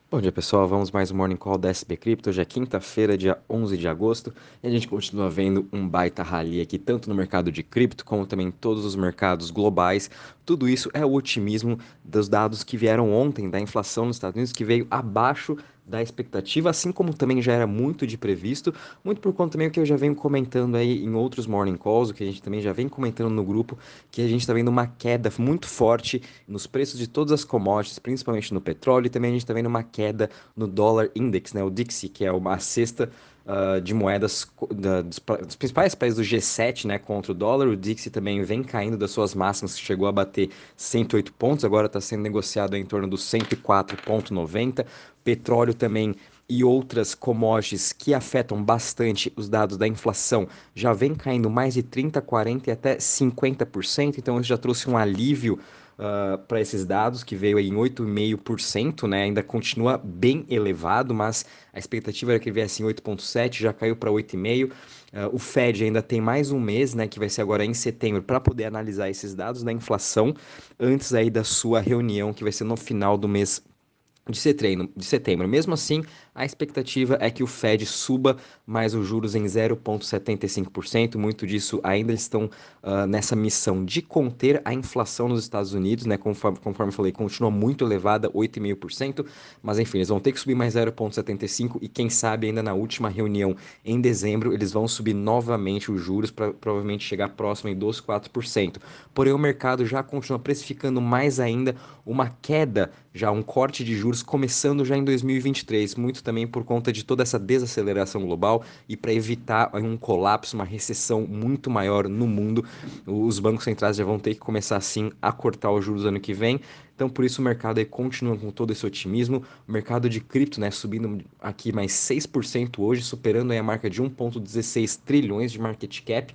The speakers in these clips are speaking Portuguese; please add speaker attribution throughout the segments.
Speaker 1: Bom dia, pessoal. Vamos mais um Morning Call da SB Crypto. Hoje é quinta-feira, dia 11 de agosto, e a gente continua vendo um baita rally aqui, tanto no mercado de cripto, como também em todos os mercados globais. Tudo isso é o otimismo dos dados que vieram ontem da inflação nos Estados Unidos, que veio abaixo da expectativa, assim como também já era muito de previsto, muito por conta também do que eu já venho comentando aí em outros Morning Calls, o que a gente também já vem comentando no grupo, que a gente está vendo uma queda muito forte nos preços de todas as commodities, principalmente no petróleo, e também a gente está vendo uma queda no dólar index, né, o DXY, que é uma cesta de moedas dos principais países do G7, né, contra o dólar. O DXY também vem caindo das suas máximas, que chegou a bater 108 pontos, agora está sendo negociado em torno dos 104,90. Petróleo também e outras commodities que afetam bastante os dados da inflação já vem caindo mais de 30, 40 e até 50%, então isso já trouxe um alívio para esses dados, que veio aí em 8,5%, né? Ainda continua bem elevado, mas a expectativa era que ele viesse em 8,7%, já caiu para 8,5%. O Fed ainda tem mais um mês, né, que vai ser agora em setembro, para poder analisar esses dados da inflação, antes aí da sua reunião, que vai ser no final do mês de setembro. Mesmo assim, a expectativa é que o Fed suba mais os juros em 0,75%. Muito disso ainda estão nessa missão de conter a inflação nos Estados Unidos, né? Conforme eu falei, continua muito elevada, 8,5%. Mas enfim, eles vão ter que subir mais 0,75% e quem sabe ainda na última reunião em dezembro eles vão subir novamente os juros para provavelmente chegar próximo em 2,4%. Porém, o mercado já continua precificando mais ainda uma queda, já um corte de juros começando já em 2023, muito também por conta de toda essa desaceleração global e para evitar um colapso, uma recessão muito maior no mundo, os bancos centrais já vão ter que começar assim a cortar os juros ano que vem. Então, por isso o mercado aí continua com todo esse otimismo. O mercado de cripto, né, subindo aqui mais 6% hoje, superando aí a marca de 1,16 trilhões de market cap.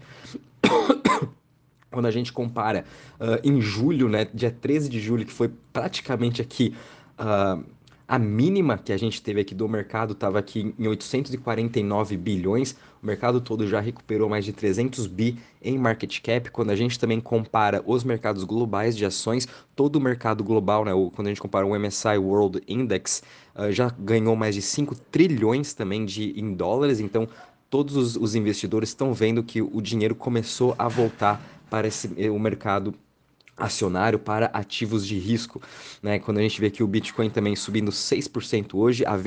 Speaker 1: Quando a gente compara em julho, né, dia 13 de julho, que foi praticamente aqui uh, a mínima que a gente teve aqui do mercado, estava aqui em 849 bilhões, o mercado todo já recuperou mais de 300 bi em market cap. Quando a gente também compara os mercados globais de ações, todo o mercado global, né, quando a gente compara o MSCI World Index, já ganhou mais de 5 trilhões também em dólares, então todos os investidores estão vendo que o dinheiro começou a voltar para o mercado acionário para ativos de risco, né? Quando a gente vê que o Bitcoin também subindo 6% hoje a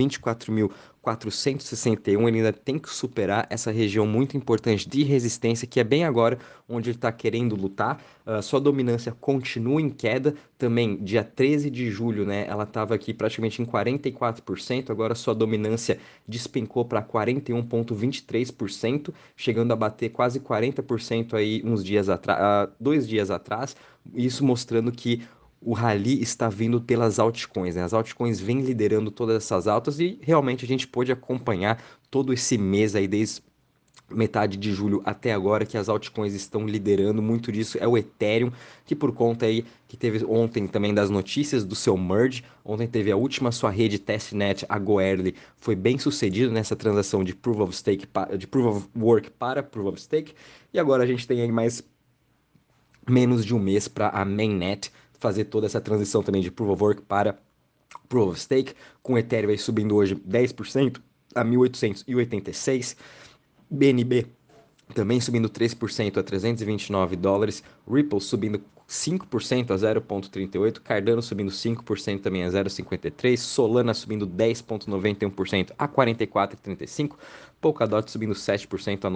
Speaker 1: 24.461, ele ainda tem que superar essa região muito importante de resistência, que é bem agora onde ele está querendo lutar. Sua dominância continua em queda, também dia 13 de julho, né? Ela estava aqui praticamente em 44%, agora sua dominância despencou para 41,23%, chegando a bater quase 40% aí uns dias atrás, 2 dias atrás. Isso mostrando que o rally está vindo pelas altcoins, né? As altcoins vêm liderando todas essas altas e realmente a gente pôde acompanhar todo esse mês aí, desde metade de julho até agora, que as altcoins estão liderando. Muito disso é o Ethereum, que por conta aí que teve ontem também das notícias do seu merge, ontem teve a última sua rede testnet, a Goerli, foi bem sucedido nessa transação de Proof of Stake, de Proof of Work para Proof of Stake, e agora a gente tem aí mais menos de um mês para a mainnet fazer toda essa transição também de Proof of Work para Proof of Stake, com o Ethereum aí subindo hoje 10% a 1.886, BNB também subindo 3% a US$ 329, Ripple subindo 5% a 0,38%, Cardano subindo 5% também a 0,53%, Solana subindo 10,91% a 44,35%, Polkadot subindo 7% a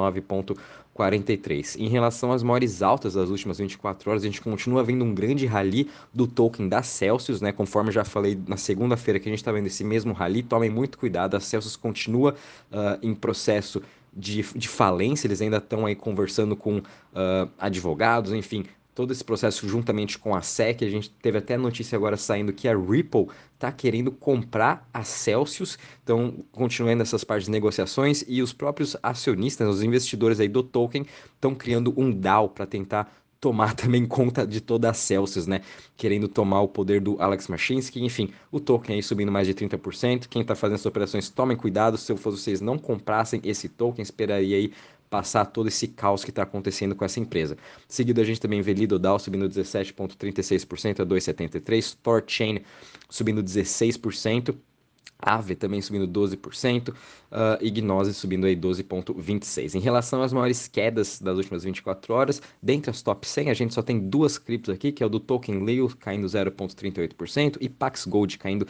Speaker 1: 9,43%. Em relação às maiores altas das últimas 24 horas, a gente continua vendo um grande rally do token da Celsius, né? Conforme eu já falei na segunda-feira que a gente está vendo esse mesmo rally, tomem muito cuidado, a Celsius continua em processo de falência, eles ainda estão aí conversando com advogados, enfim, todo esse processo juntamente com a SEC. A gente teve até notícia agora saindo que a Ripple está querendo comprar a Celsius, então continuando essas partes de negociações e os próprios acionistas, os investidores aí do token estão criando um DAO para tentar tomar também conta de toda a Celsius, né? Querendo tomar o poder do Alex Mashinsky, enfim, o token aí subindo mais de 30%. Quem está fazendo essas operações, tomem cuidado, se eu fosse vocês, não comprassem esse token, esperaria aí passar todo esse caos que está acontecendo com essa empresa. Seguido, a gente também vê Lido Dow subindo 17,36% a 2,73%, ThorChain subindo 16%. Aave também subindo 12%, e Gnose subindo aí 12,26%. Em relação às maiores quedas das últimas 24 horas, dentre as top 100, a gente só tem duas criptos aqui, que é o do Token Leo caindo 0,38% e Pax Gold caindo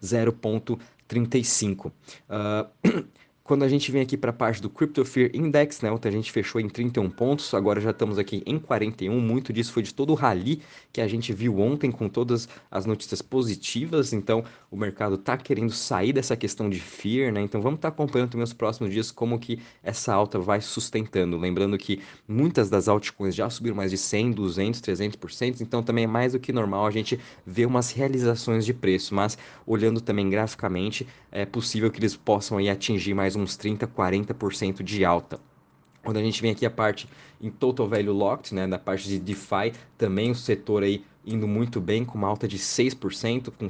Speaker 1: 0,35%. Quando a gente vem aqui para a parte do Crypto Fear Index, né, ontem a gente fechou em 31 pontos, agora já estamos aqui em 41. Muito disso foi de todo o rally que a gente viu ontem com todas as notícias positivas. Então, o mercado está querendo sair dessa questão de fear, né? Então, vamos estar acompanhando também os próximos dias como que essa alta vai sustentando. Lembrando que muitas das altcoins já subiram mais de 100, 200, 300%, então também é mais do que normal a gente ver umas realizações de preço, mas olhando também graficamente, é possível que eles possam aí atingir mais uns 30, 40% de alta. Quando a gente vem aqui a parte em Total Value Locked, né, na parte de DeFi, também o setor aí indo muito bem, com uma alta de 6%, com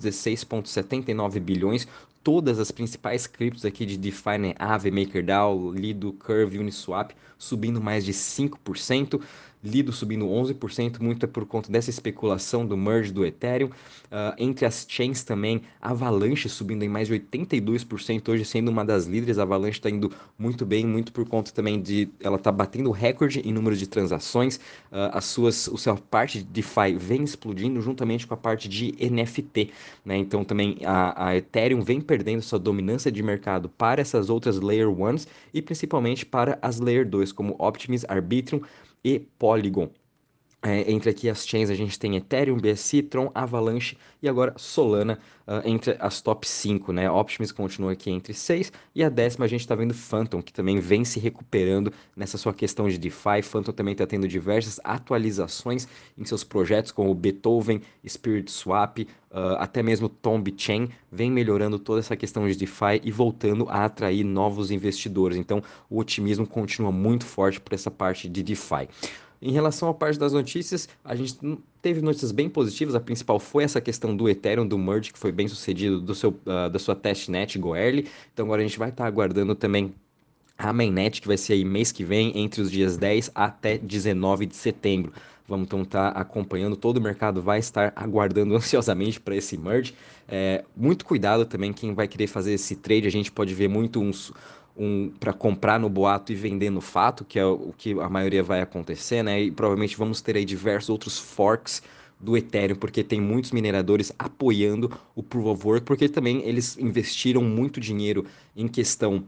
Speaker 1: 116,79 bilhões. Todas as principais criptos aqui de DeFi, né, Aave, MakerDAO, Lido, Curve, Uniswap, subindo mais de 5%. Lido subindo 11%, muito é por conta dessa especulação do merge do Ethereum. Entre as chains também, Avalanche subindo em mais de 82% hoje, sendo uma das líderes. A Avalanche está indo muito bem, muito por conta também de ela tá batendo recorde em número de transações. A sua parte de DeFi vem explodindo juntamente com a parte de NFT, né? Então também a Ethereum vem perdendo sua dominância de mercado para essas outras Layer 1s e principalmente para as Layer 2, como Optimus, Arbitrum e Polygon. Entre aqui as chains a gente tem Ethereum, BSC, Tron, Avalanche e agora Solana entre as top 5, né? Optimus continua aqui entre 6 e a décima a gente está vendo Phantom, que também vem se recuperando nessa sua questão de DeFi. Phantom também está tendo diversas atualizações em seus projetos, como o Beethoven, Spirit Swap, até mesmo Tomb Chain, vem melhorando toda essa questão de DeFi e voltando a atrair novos investidores. Então o otimismo continua muito forte por essa parte de DeFi. Em relação à parte das notícias, a gente teve notícias bem positivas. A principal foi essa questão do Ethereum, do merge, que foi bem sucedido da sua testnet Goerli. Então agora a gente vai estar aguardando também a mainnet, que vai ser aí mês que vem, entre os dias 10 até 19 de setembro. Vamos então estar acompanhando, todo o mercado vai estar aguardando ansiosamente para esse merge. Muito cuidado também quem vai querer fazer esse trade, a gente pode ver muito para comprar no boato e vender no fato, que é o que a maioria vai acontecer, né? E provavelmente vamos ter aí diversos outros forks do Ethereum, porque tem muitos mineradores apoiando o Proof of Work, porque também eles investiram muito dinheiro em questão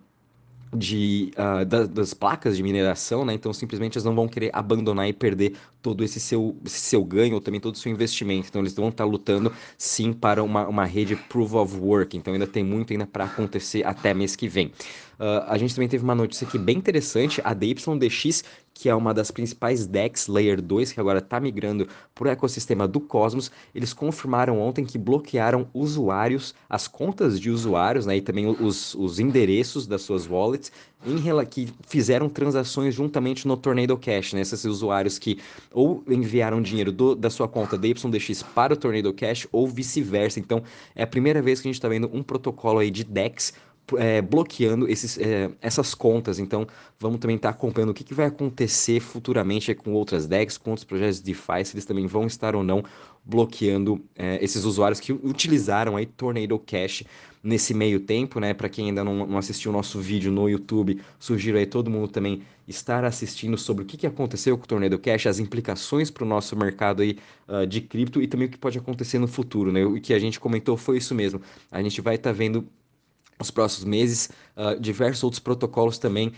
Speaker 1: das placas de mineração, né? Então simplesmente eles não vão querer abandonar e perder todo esse seu ganho, ou também todo o seu investimento. Então eles vão estar lutando sim para uma rede Proof of Work. Então ainda tem muito ainda para acontecer até mês que vem. A gente também teve uma notícia aqui bem interessante, a DYDX, que é uma das principais DEX Layer 2, que agora está migrando para o ecossistema do Cosmos. Eles confirmaram ontem que bloquearam usuários, as contas de usuários, né, e também os endereços das suas wallets, que fizeram transações juntamente no Tornado Cash, né? Esses usuários que ou enviaram dinheiro da sua conta DYDX para o Tornado Cash ou vice-versa. Então, é a primeira vez que a gente está vendo um protocolo aí de DEX bloqueando essas contas. Então, vamos também estar acompanhando o que vai acontecer futuramente com outras DEX, com outros projetos de DeFi, se eles também vão estar ou não bloqueando esses usuários que utilizaram aí Tornado Cash nesse meio tempo, né? Para quem ainda não assistiu o nosso vídeo no YouTube, sugiro aí todo mundo também estar assistindo sobre o que aconteceu com o Tornado Cash, as implicações para o nosso mercado aí de cripto e também o que pode acontecer no futuro, né? O que a gente comentou foi isso mesmo. A gente vai estar vendo nos próximos meses, diversos outros protocolos também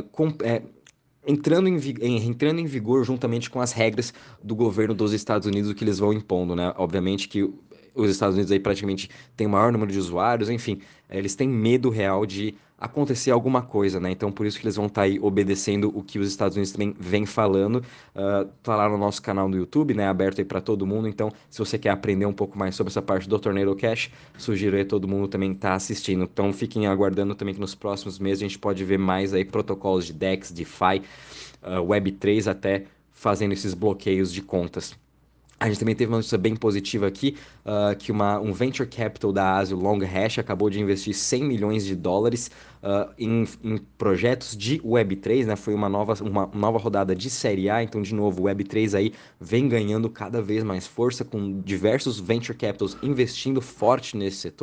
Speaker 1: entrando em vigor juntamente com as regras do governo dos Estados Unidos, o que eles vão impondo, né? Obviamente que os Estados Unidos aí praticamente tem o maior número de usuários, enfim, eles têm medo real de acontecer alguma coisa, né? Então por isso que eles vão estar aí obedecendo o que os Estados Unidos também vem falando. Tá lá no nosso canal do YouTube, né? Aberto aí para todo mundo. Então, se você quer aprender um pouco mais sobre essa parte do Tornado Cash, sugiro aí todo mundo também estar assistindo. Então fiquem aguardando também que nos próximos meses a gente pode ver mais aí protocolos de DEX, DeFi, Web3 até fazendo esses bloqueios de contas. A gente também teve uma notícia bem positiva aqui, que um venture capital da Ásia, o Long Hash, acabou de investir 100 milhões de dólares em projetos de Web3, né? Foi uma nova rodada de Série A, então, de novo, o Web3 aí vem ganhando cada vez mais força, com diversos venture capitals investindo forte nesse setor.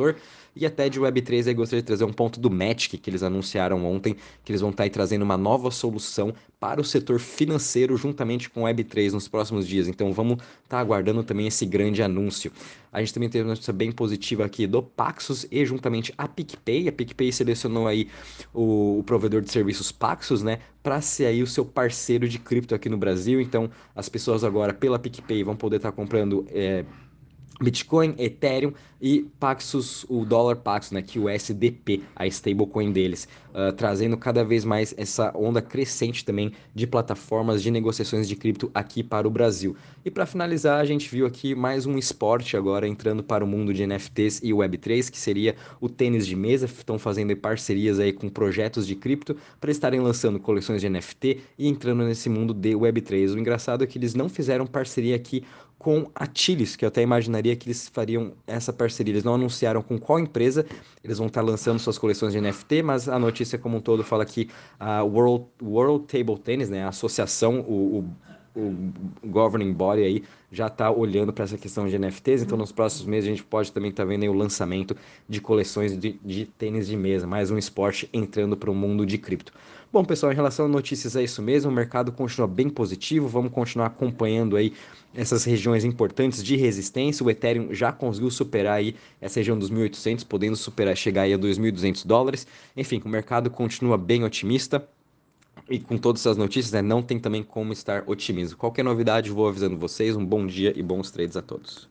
Speaker 1: E até de Web3 aí gostaria de trazer um ponto do Matic que eles anunciaram ontem, que eles vão estar aí trazendo uma nova solução para o setor financeiro juntamente com Web3 nos próximos dias. Então vamos estar aguardando também esse grande anúncio. A gente também teve uma notícia bem positiva aqui do Paxos e juntamente a PicPay. A PicPay selecionou aí o provedor de serviços Paxos, né, para ser aí o seu parceiro de cripto aqui no Brasil. Então as pessoas agora pela PicPay vão poder estar comprando Bitcoin, Ethereum e Paxos, o dólar Paxos, né, que é o USDP, a stablecoin deles, trazendo cada vez mais essa onda crescente também de plataformas de negociações de cripto aqui para o Brasil. E para finalizar, a gente viu aqui mais um esporte agora entrando para o mundo de NFTs e Web3, que seria o tênis de mesa. Estão fazendo parcerias aí com projetos de cripto para estarem lançando coleções de NFT e entrando nesse mundo de Web3. O engraçado é que eles não fizeram parceria aqui com a Chilis, que eu até imaginaria que eles fariam essa parceria. Eles não anunciaram com qual empresa eles vão estar lançando suas coleções de NFT, mas a notícia como um todo fala que a World Table Tennis, né, a associação, o governing body aí, já está olhando para essa questão de NFTs, então nos próximos meses a gente pode também estar vendo aí o lançamento de coleções de tênis de mesa, mais um esporte entrando para o mundo de cripto. Bom, pessoal, em relação a notícias é isso mesmo, o mercado continua bem positivo, vamos continuar acompanhando aí essas regiões importantes de resistência. O Ethereum já conseguiu superar aí essa região dos 1.800, podendo superar, chegar aí a $2.200. Enfim, o mercado continua bem otimista. E com todas essas notícias, né, não tem também como estar otimismo. Qualquer novidade, vou avisando vocês. Um bom dia e bons trades a todos.